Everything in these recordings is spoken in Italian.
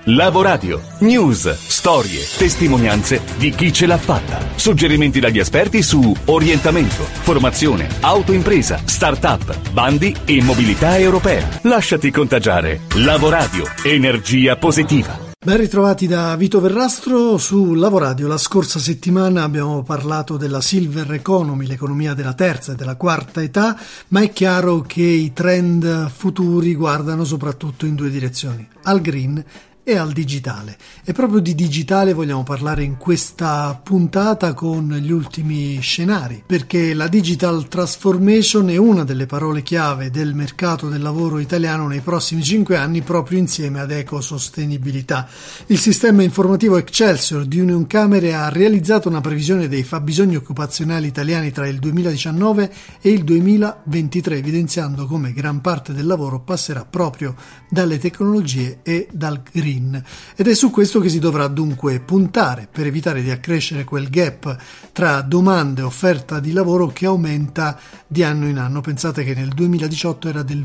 Lavoradio. News, storie, testimonianze di chi ce l'ha fatta. Suggerimenti dagli esperti su orientamento, formazione, autoimpresa, start-up, bandi e mobilità europea. Lasciati contagiare. Lavoradio. Energia positiva. Ben ritrovati da Vito Verrastro su Lavoradio. La scorsa settimana abbiamo parlato della Silver Economy, l'economia della terza e della quarta età, ma è chiaro che i trend futuri guardano soprattutto in due direzioni, al green e al digitale. E proprio di digitale vogliamo parlare in questa puntata con gli ultimi scenari, perché la digital transformation è una delle parole chiave del mercato del lavoro italiano nei prossimi 5 anni, proprio insieme ad ecosostenibilità. Il sistema informativo Excelsior di Unioncamere ha realizzato una previsione dei fabbisogni occupazionali italiani tra il 2019 e il 2023, evidenziando come gran parte del lavoro passerà proprio dalle tecnologie e dal green. Ed è su questo che si dovrà dunque puntare per evitare di accrescere quel gap tra domanda e offerta di lavoro che aumenta di anno in anno. Pensate che nel 2018 era del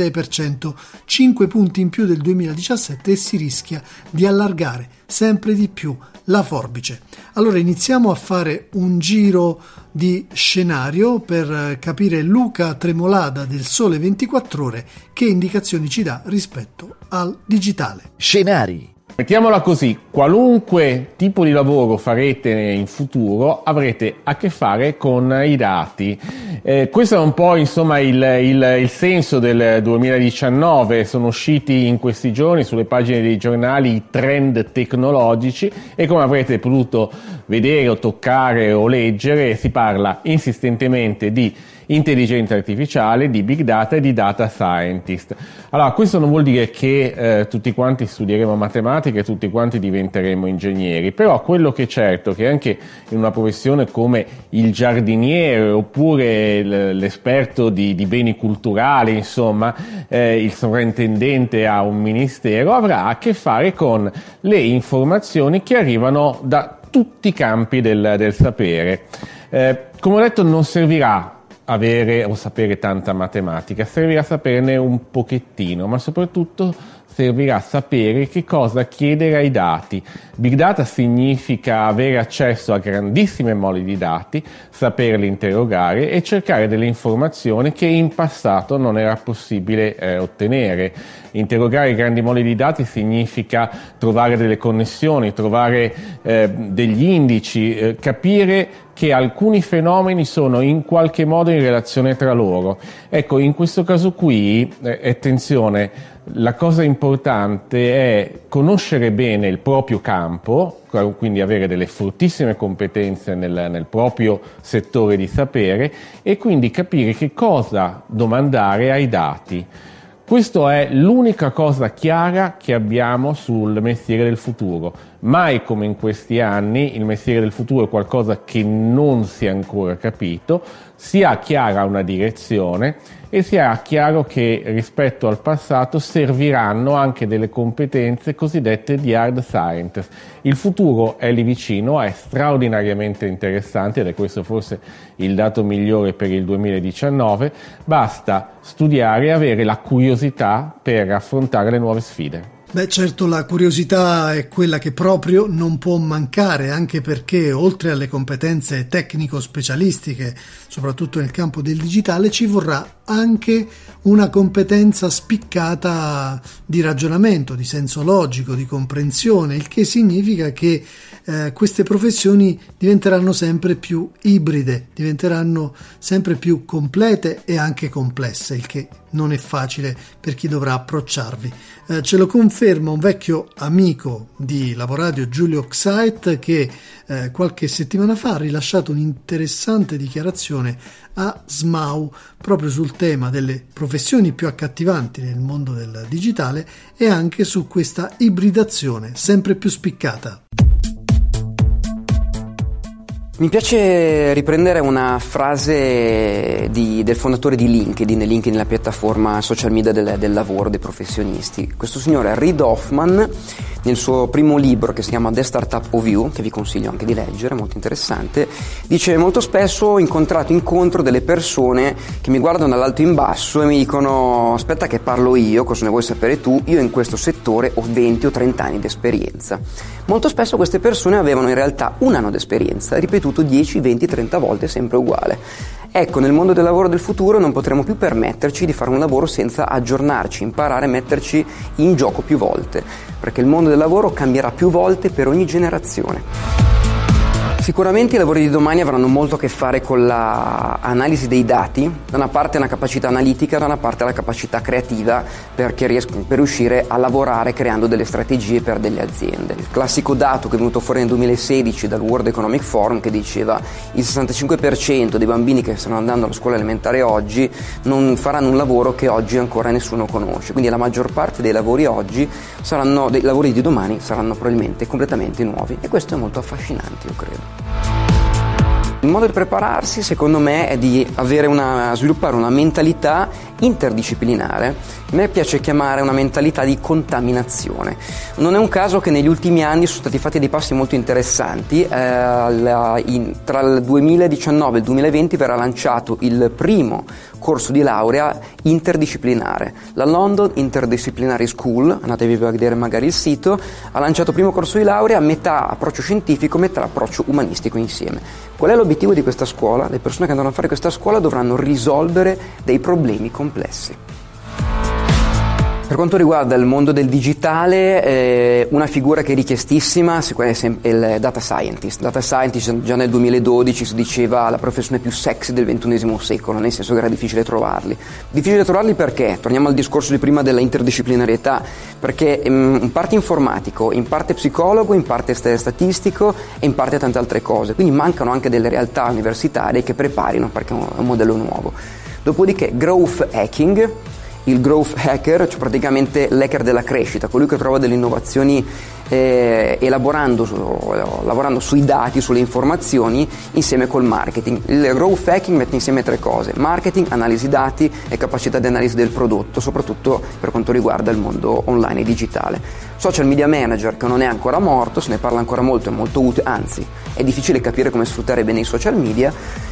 26%, 5 punti in più del 2017, e si rischia di allargare sempre di più la forbice. Allora iniziamo a fare un giro di scenario per capire Luca Tremolada del Sole 24 Ore che indicazioni ci dà rispetto al digitale. Scenari. Mettiamola così, qualunque tipo di lavoro farete in futuro avrete a che fare con i dati. Questo è un po' insomma il senso del 2019, sono usciti in questi giorni sulle pagine dei giornali i trend tecnologici e come avrete potuto vedere o toccare o leggere si parla insistentemente di intelligenza artificiale, di big data e di data scientist. Allora, questo non vuol dire che tutti quanti studieremo matematica e tutti quanti diventeremo ingegneri, però quello che è certo è che anche in una professione come il giardiniere oppure l'esperto di beni culturali, insomma, il sovrintendente a un ministero avrà a che fare con le informazioni che arrivano da tutti i campi del sapere. Come ho detto, non servirà avere o sapere tanta matematica, servirà saperne un pochettino, ma soprattutto servirà sapere che cosa chiedere ai dati. Big data significa avere accesso a grandissime mole di dati, saperli interrogare e cercare delle informazioni che in passato non era possibile ottenere. Interrogare grandi mole di dati significa trovare delle connessioni, trovare degli indici, capire che alcuni fenomeni sono in qualche modo in relazione tra loro. Ecco, in questo caso qui, attenzione, la cosa importante è conoscere bene il proprio campo, quindi avere delle fortissime competenze nel proprio settore di sapere e quindi capire che cosa domandare ai dati. Questa è l'unica cosa chiara che abbiamo sul mestiere del futuro. Mai come in questi anni il mestiere del futuro è qualcosa che non si è ancora capito, si ha chiara una direzione e si ha chiaro che rispetto al passato serviranno anche delle competenze cosiddette di hard science. Il futuro è lì vicino, è straordinariamente interessante ed è questo forse il dato migliore per il 2019, basta studiare e avere la curiosità per affrontare le nuove sfide. Beh, certo, la curiosità è quella che proprio non può mancare, anche perché oltre alle competenze tecnico-specialistiche, soprattutto nel campo del digitale, ci vorrà anche una competenza spiccata di ragionamento, di senso logico, di comprensione, il che significa che queste professioni diventeranno sempre più ibride, diventeranno sempre più complete e anche complesse, il che non è facile per chi dovrà approcciarvi. Ce lo conferma un vecchio amico di Lavoradio, Giulio Xait, che qualche settimana fa ha rilasciato un'interessante dichiarazione a SMAU proprio sul tema delle professioni più accattivanti nel mondo del digitale e anche su questa ibridazione sempre più spiccata. Mi piace riprendere una frase del fondatore di LinkedIn è la piattaforma social media del lavoro dei professionisti. Questo signore, Reid Hoffman, nel suo primo libro, che si chiama The Startup Overview, che vi consiglio anche di leggere, molto interessante, dice: molto spesso ho incontro delle persone che mi guardano dall'alto in basso e mi dicono: aspetta che parlo io, cosa ne vuoi sapere tu? Io in questo settore ho 20 o 30 anni di esperienza. Molto spesso queste persone avevano in realtà un anno di esperienza, ripetuto 10, 20, 30 volte, sempre uguale. Ecco, nel mondo del lavoro del futuro non potremo più permetterci di fare un lavoro senza aggiornarci, imparare, metterci in gioco più volte, perché il mondo del lavoro cambierà più volte per ogni generazione. Sicuramente i lavori di domani avranno molto a che fare con l'analisi dei dati, da una parte una capacità analitica, da una parte la capacità creativa per riuscire a lavorare creando delle strategie per delle aziende. Il classico dato che è venuto fuori nel 2016 dal World Economic Forum, che diceva il 65% dei bambini che stanno andando alla scuola elementare oggi non faranno un lavoro che oggi ancora nessuno conosce, quindi la maggior parte dei lavori dei lavori di domani saranno probabilmente completamente nuovi, e questo è molto affascinante, io credo. Il modo di prepararsi, secondo me, è di sviluppare una mentalità interdisciplinare. A me piace chiamare una mentalità di contaminazione. Non è un caso che negli ultimi anni sono stati fatti dei passi molto interessanti. Tra il 2019 e il 2020 verrà lanciato il primo corso di laurea interdisciplinare. La London Interdisciplinary School, andatevi a vedere magari il sito, ha lanciato il primo corso di laurea, metà approccio scientifico, metà approccio umanistico insieme. Qual è l'obiettivo di questa scuola? Le persone che andranno a fare questa scuola dovranno risolvere dei problemi complessi. Per quanto riguarda il mondo del digitale, una figura che è richiestissima è il data scientist. Data scientist già nel 2012 si diceva la professione più sexy del XXI secolo, nel senso che era difficile trovarli. Difficile trovarli perché? Torniamo al discorso di prima della interdisciplinarietà, perché in parte informatico, in parte psicologo, in parte statistico e in parte tante altre cose. Quindi mancano anche delle realtà universitarie che preparino, perché è un modello nuovo. Dopodiché growth hacking. Il growth hacker, cioè praticamente l'hacker della crescita, colui che trova delle innovazioni lavorando sui dati, sulle informazioni, insieme col marketing. Il growth hacking mette insieme tre cose: marketing, analisi dati e capacità di analisi del prodotto, soprattutto per quanto riguarda il mondo online e digitale. Social media manager, che non è ancora morto, se ne parla ancora molto, è molto utile, anzi è difficile capire come sfruttare bene i social media.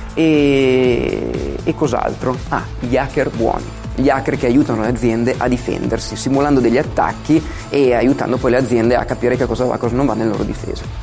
E cos'altro? Gli hacker buoni. Gli hacker che aiutano le aziende a difendersi, simulando degli attacchi e aiutando poi le aziende a capire che cosa va e cosa non va nelle loro difese.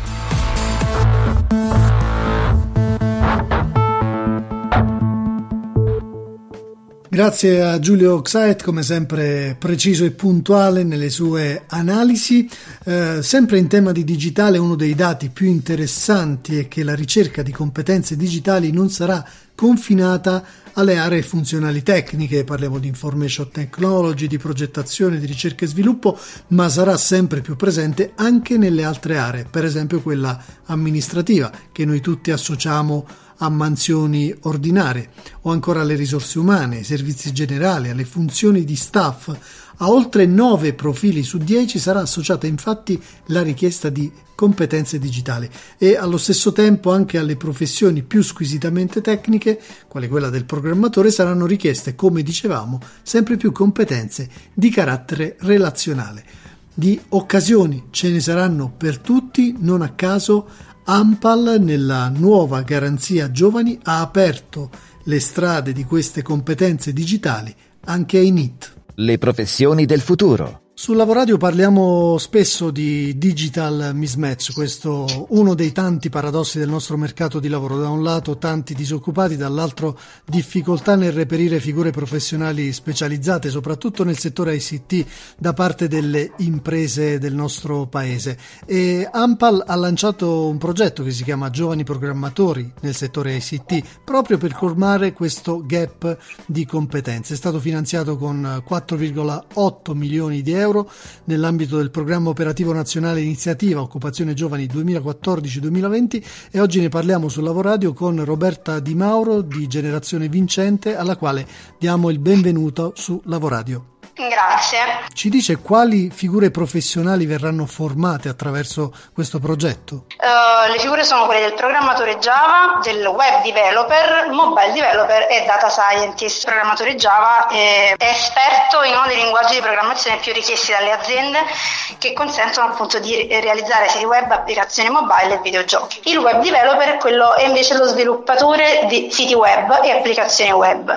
Grazie a Giulio Xaet, come sempre preciso e puntuale nelle sue analisi. Sempre in tema di digitale, uno dei dati più interessanti è che la ricerca di competenze digitali non sarà confinata alle aree funzionali tecniche, parliamo di information technology, di progettazione, di ricerca e sviluppo, ma sarà sempre più presente anche nelle altre aree, per esempio quella amministrativa, che noi tutti associamo a mansioni ordinarie, o ancora alle risorse umane, ai servizi generali, alle funzioni di staff. A oltre 9 profili su 10 sarà associata infatti la richiesta di competenze digitali, e allo stesso tempo anche alle professioni più squisitamente tecniche, quale quella del programmatore, saranno richieste, come dicevamo, sempre più competenze di carattere relazionale. Di occasioni ce ne saranno per tutti, non a caso ANPAL nella nuova garanzia giovani ha aperto le strade di queste competenze digitali anche ai NEET. Le professioni del futuro. Sul Lavoradio parliamo spesso di digital mismatch, questo uno dei tanti paradossi del nostro mercato di lavoro: da un lato tanti disoccupati, dall'altro difficoltà nel reperire figure professionali specializzate, soprattutto nel settore ICT, da parte delle imprese del nostro paese. E ANPAL ha lanciato un progetto che si chiama Giovani Programmatori nel settore ICT, proprio per colmare questo gap di competenze. È stato finanziato con 4,8 milioni di euro nell'ambito del programma operativo nazionale Iniziativa Occupazione Giovani 2014-2020, e oggi ne parliamo sul Lavoradio con Roberta Di Mauro di Generazione Vincente, alla quale diamo il benvenuto su Lavoradio. Grazie. Ci dice quali figure professionali verranno formate attraverso questo progetto? Le figure sono quelle del programmatore Java, del web developer, mobile developer e data scientist. Il programmatore Java è esperto in uno dei linguaggi di programmazione più richiesti dalle aziende, che consentono appunto di realizzare siti web, applicazioni mobile e videogiochi. Il web developer è invece lo sviluppatore di siti web e applicazioni web.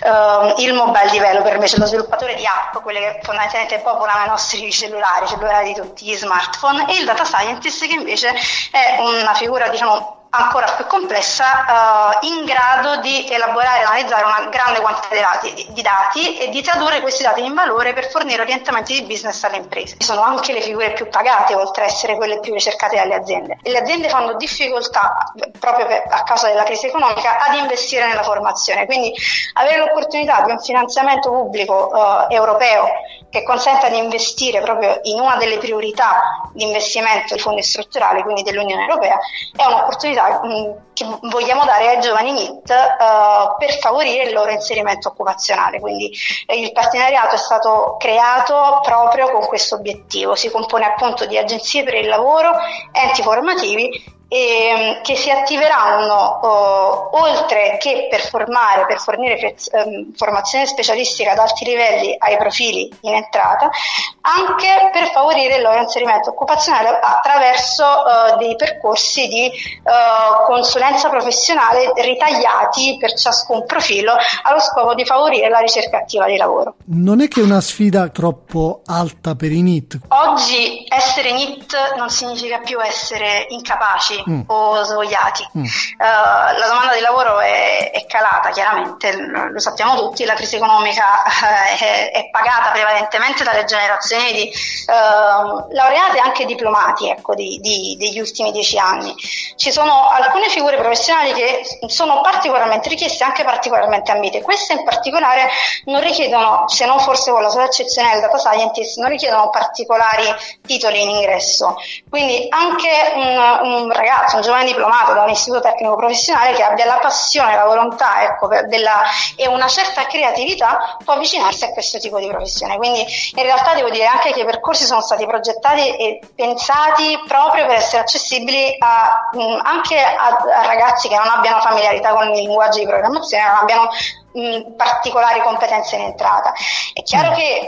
Il mobile developer invece è lo sviluppatore di app, quelle che fondamentalmente popolano i nostri cellulari di tutti gli smartphone, e il data scientist, che invece è una figura ancora più complessa, in grado di elaborare e analizzare una grande quantità di dati e di tradurre questi dati in valore per fornire orientamenti di business alle imprese. Ci sono anche le figure più pagate, oltre a essere quelle più ricercate dalle aziende. E le aziende fanno difficoltà, proprio a causa della crisi economica, ad investire nella formazione. Quindi avere l'opportunità di un finanziamento pubblico europeo che consenta di investire proprio in una delle priorità di investimento dei fondi strutturali, quindi dell'Unione Europea, è un'opportunità che vogliamo dare ai giovani NEET per favorire il loro inserimento occupazionale. Quindi il partenariato è stato creato proprio con questo obiettivo. Si compone appunto di agenzie per il lavoro, enti formativi, che si attiveranno oltre che per fornire formazione specialistica ad alti livelli ai profili in entrata, anche per favorire il loro inserimento occupazionale attraverso dei percorsi di consulenza professionale ritagliati per ciascun profilo, allo scopo di favorire la ricerca attiva di lavoro. Non è che è una sfida troppo alta per i NEET? Oggi essere NEET non significa più essere incapaci o svogliati. La domanda di lavoro è calata, chiaramente, lo sappiamo tutti. La crisi economica è pagata prevalentemente dalle generazioni di laureati e anche diplomati, degli ultimi 10 anni. Ci sono alcune figure professionali che sono particolarmente richieste, anche particolarmente ambite. Queste in particolare non richiedono, se non forse con la sola eccezione del data scientist, non richiedono particolari titoli in ingresso. Quindi anche un ragazzo, un giovane diplomato da un istituto tecnico professionale che abbia la passione, la volontà e una certa creatività può avvicinarsi a questo tipo di professione. Quindi in realtà devo dire anche che i percorsi sono stati progettati e pensati proprio per essere accessibili anche a ragazzi che non abbiano familiarità con i linguaggi di programmazione, non abbiano particolari competenze in entrata. È chiaro che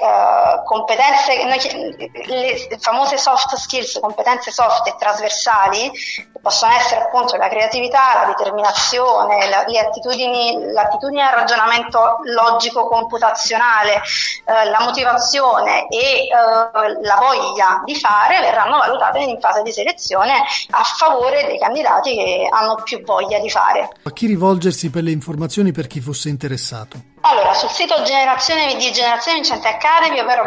le famose soft skills, competenze soft e trasversali, possono essere appunto la creatività, la determinazione, l'attitudine al ragionamento logico computazionale, la motivazione e la voglia di fare, verranno valutate in fase di selezione a favore dei candidati che hanno più voglia di fare. A chi rivolgersi per le informazioni, per chi fosse interessato? Allora, sul sito Generazione Vincente Academy, ovvero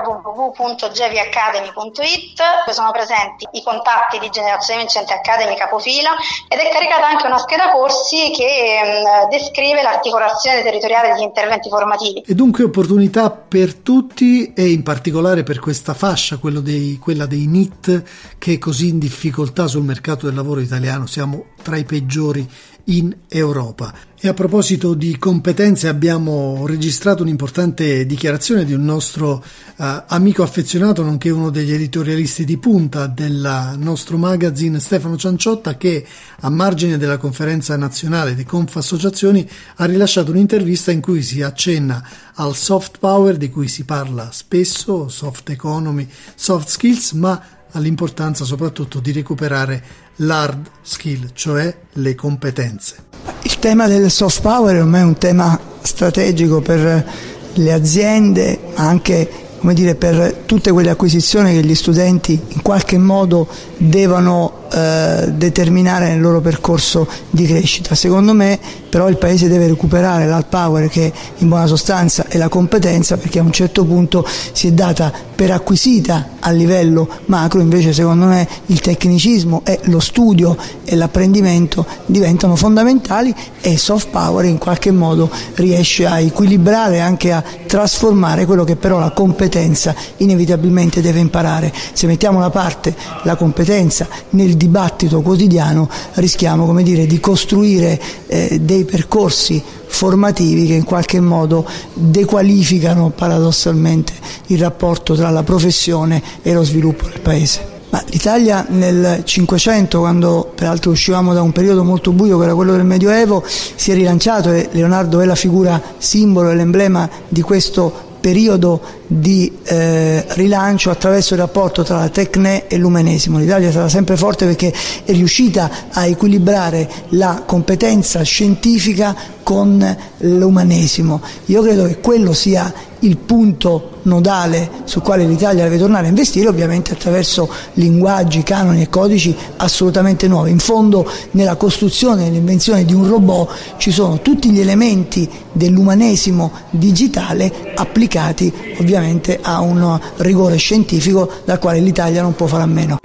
www.geviacademy.it, dove sono presenti i contatti di Generazione Vincente Academy capofila, ed è caricata anche una scheda corsi che descrive l'articolazione territoriale degli interventi formativi. E dunque opportunità per tutti, e in particolare per quella dei NEET, che è così in difficoltà sul mercato del lavoro italiano. Siamo tra i peggiori in Europa. E a proposito di competenze, abbiamo registrato un'importante dichiarazione di un nostro amico affezionato, nonché uno degli editorialisti di punta del nostro magazine, Stefano Cianciotta, che a margine della conferenza nazionale di Confassociazioni ha rilasciato un'intervista in cui si accenna al soft power, di cui si parla spesso, soft economy, soft skills, ma all'importanza soprattutto di recuperare l'hard skill, cioè le competenze. Il tema del soft power ormai è un tema strategico per le aziende, ma anche per tutte quelle acquisizioni che gli studenti in qualche modo devono determinare nel loro percorso di crescita. Secondo me però il Paese deve recuperare l'hard power, che in buona sostanza è la competenza, perché a un certo punto si è data per acquisita a livello macro, invece secondo me il tecnicismo e lo studio e l'apprendimento diventano fondamentali, e soft power in qualche modo riesce a equilibrare, anche a trasformare quello che però la competenza inevitabilmente deve imparare. Se mettiamo da parte la competenza nel dibattito quotidiano, rischiamo di costruire dei percorsi formativi che in qualche modo dequalificano paradossalmente il rapporto tra la professione e lo sviluppo del Paese. Ma l'Italia nel Cinquecento, quando peraltro uscivamo da un periodo molto buio che era quello del Medioevo, si è rilanciato e Leonardo è la figura simbolo e l'emblema di questo periodo di rilancio attraverso il rapporto tra la tecne e l'umanesimo. L'Italia sarà sempre forte perché è riuscita a equilibrare la competenza scientifica con l'umanesimo. Io credo che quello sia il punto nodale sul quale l'Italia deve tornare a investire, ovviamente attraverso linguaggi, canoni e codici assolutamente nuovi. In fondo, nella costruzione e nell'invenzione di un robot ci sono tutti gli elementi dell'umanesimo digitale applicati ovviamente a un rigore scientifico dal quale l'Italia non può fare a meno.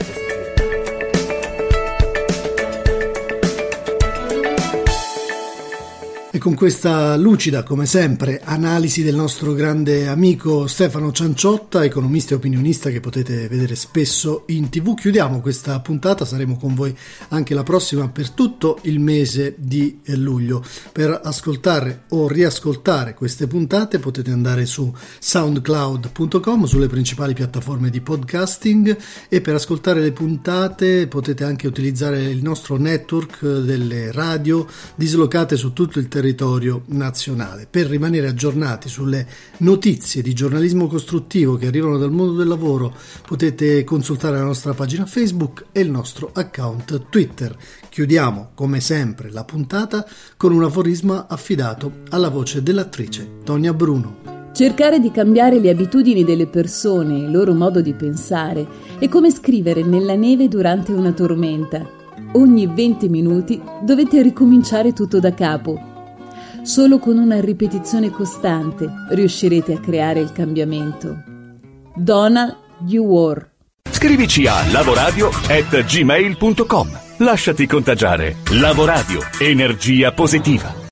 E con questa lucida, come sempre, analisi del nostro grande amico Stefano Cianciotta, economista e opinionista che potete vedere spesso in TV, chiudiamo questa puntata. Saremo con voi anche la prossima per tutto il mese di luglio. Per ascoltare o riascoltare queste puntate potete andare su soundcloud.com, sulle principali piattaforme di podcasting, e per ascoltare le puntate potete anche utilizzare il nostro network delle radio dislocate su tutto il territorio nazionale. Per rimanere aggiornati sulle notizie di giornalismo costruttivo che arrivano dal mondo del lavoro potete consultare la nostra pagina Facebook e il nostro account Twitter. Chiudiamo come sempre la puntata con un aforisma affidato alla voce dell'attrice Tonia Bruno. Cercare di cambiare le abitudini delle persone e il loro modo di pensare è come scrivere nella neve durante una tormenta. Ogni 20 minuti dovete ricominciare tutto da capo. Solo con una ripetizione costante riuscirete a creare il cambiamento. Donald Dewar. Scrivici a lavoradio@gmail.com. Lasciati contagiare. Lavoradio. Energia positiva.